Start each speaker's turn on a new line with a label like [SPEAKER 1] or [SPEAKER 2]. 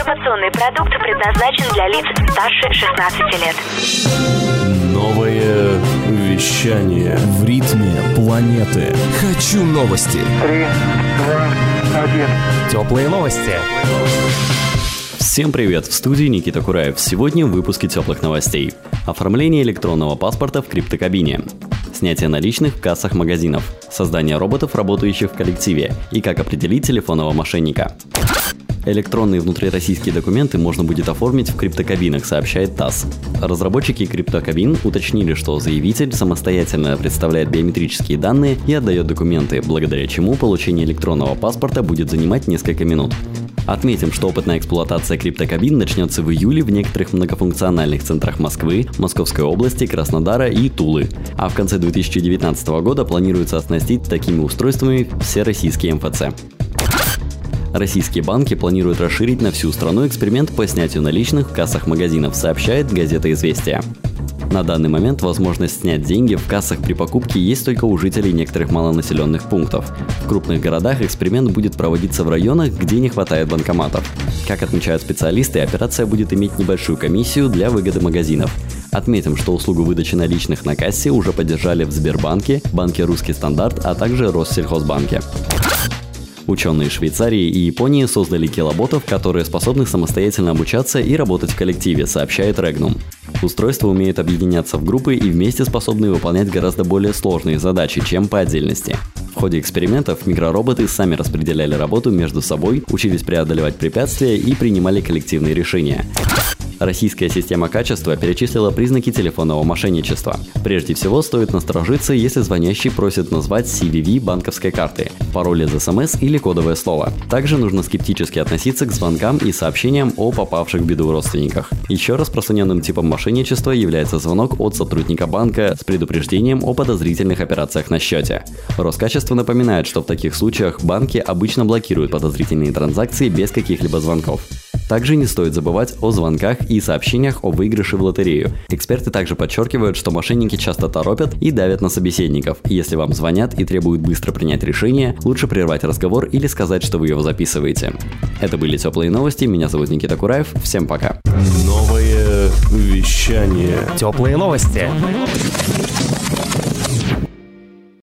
[SPEAKER 1] Информационный продукт предназначен для лиц старше 16 лет.
[SPEAKER 2] Новое вещание
[SPEAKER 3] в ритме планеты. Хочу новости.
[SPEAKER 4] 3, 2, 1.
[SPEAKER 3] Теплые новости.
[SPEAKER 5] Всем привет! В студии Никита Кураев. Сегодня в выпуске теплых новостей. Оформление электронного паспорта в криптокабине. Снятие наличных в кассах магазинов. Создание роботов, работающих в коллективе. И как определить телефонного мошенника. Электронные внутрироссийские документы можно будет оформить в криптокабинах, сообщает ТАСС. Разработчики криптокабин уточнили, что заявитель самостоятельно представляет биометрические данные и отдает документы, благодаря чему получение электронного паспорта будет занимать несколько минут. Отметим, что опытная эксплуатация криптокабин начнется в июле в некоторых многофункциональных центрах Москвы, Московской области, Краснодара и Тулы. А в конце 2019 года планируется оснастить такими устройствами все российские МФЦ. Российские банки планируют расширить на всю страну эксперимент по снятию наличных в кассах магазинов, сообщает газета «Известия». На данный момент возможность снять деньги в кассах при покупке есть только у жителей некоторых малонаселенных пунктов. В крупных городах эксперимент будет проводиться в районах, где не хватает банкоматов. Как отмечают специалисты, операция будет иметь небольшую комиссию для выгоды магазинов. Отметим, что услугу выдачи наличных на кассе уже поддержали в Сбербанке, банке «Русский стандарт», а также Россельхозбанке. Ученые Швейцарии и Японии создали килоботов, которые способны самостоятельно обучаться и работать в коллективе, сообщает Regnum. Устройства умеют объединяться в группы и вместе способны выполнять гораздо более сложные задачи, чем по отдельности. В ходе экспериментов микророботы сами распределяли работу между собой, учились преодолевать препятствия и принимали коллективные решения. Российская система качества перечислила признаки телефонного мошенничества. Прежде всего, стоит насторожиться, если звонящий просит назвать CVV банковской карты, пароль из СМС или кодовое слово. Также нужно скептически относиться к звонкам и сообщениям о попавших в беду родственниках. Еще распространенным типом мошенничества является звонок от сотрудника банка с предупреждением о подозрительных операциях на счете. Роскачество напоминает, что в таких случаях банки обычно блокируют подозрительные транзакции без каких-либо звонков. Также не стоит забывать о звонках и сообщениях о выигрыше в лотерею. Эксперты также подчеркивают, что мошенники часто торопят и давят на собеседников. Если вам звонят и требуют быстро принять решение, лучше прервать разговор или сказать, что вы его записываете. Это были теплые новости. Меня зовут Никита Кураев. Всем пока.
[SPEAKER 2] Новое вещание.
[SPEAKER 3] Теплые новости.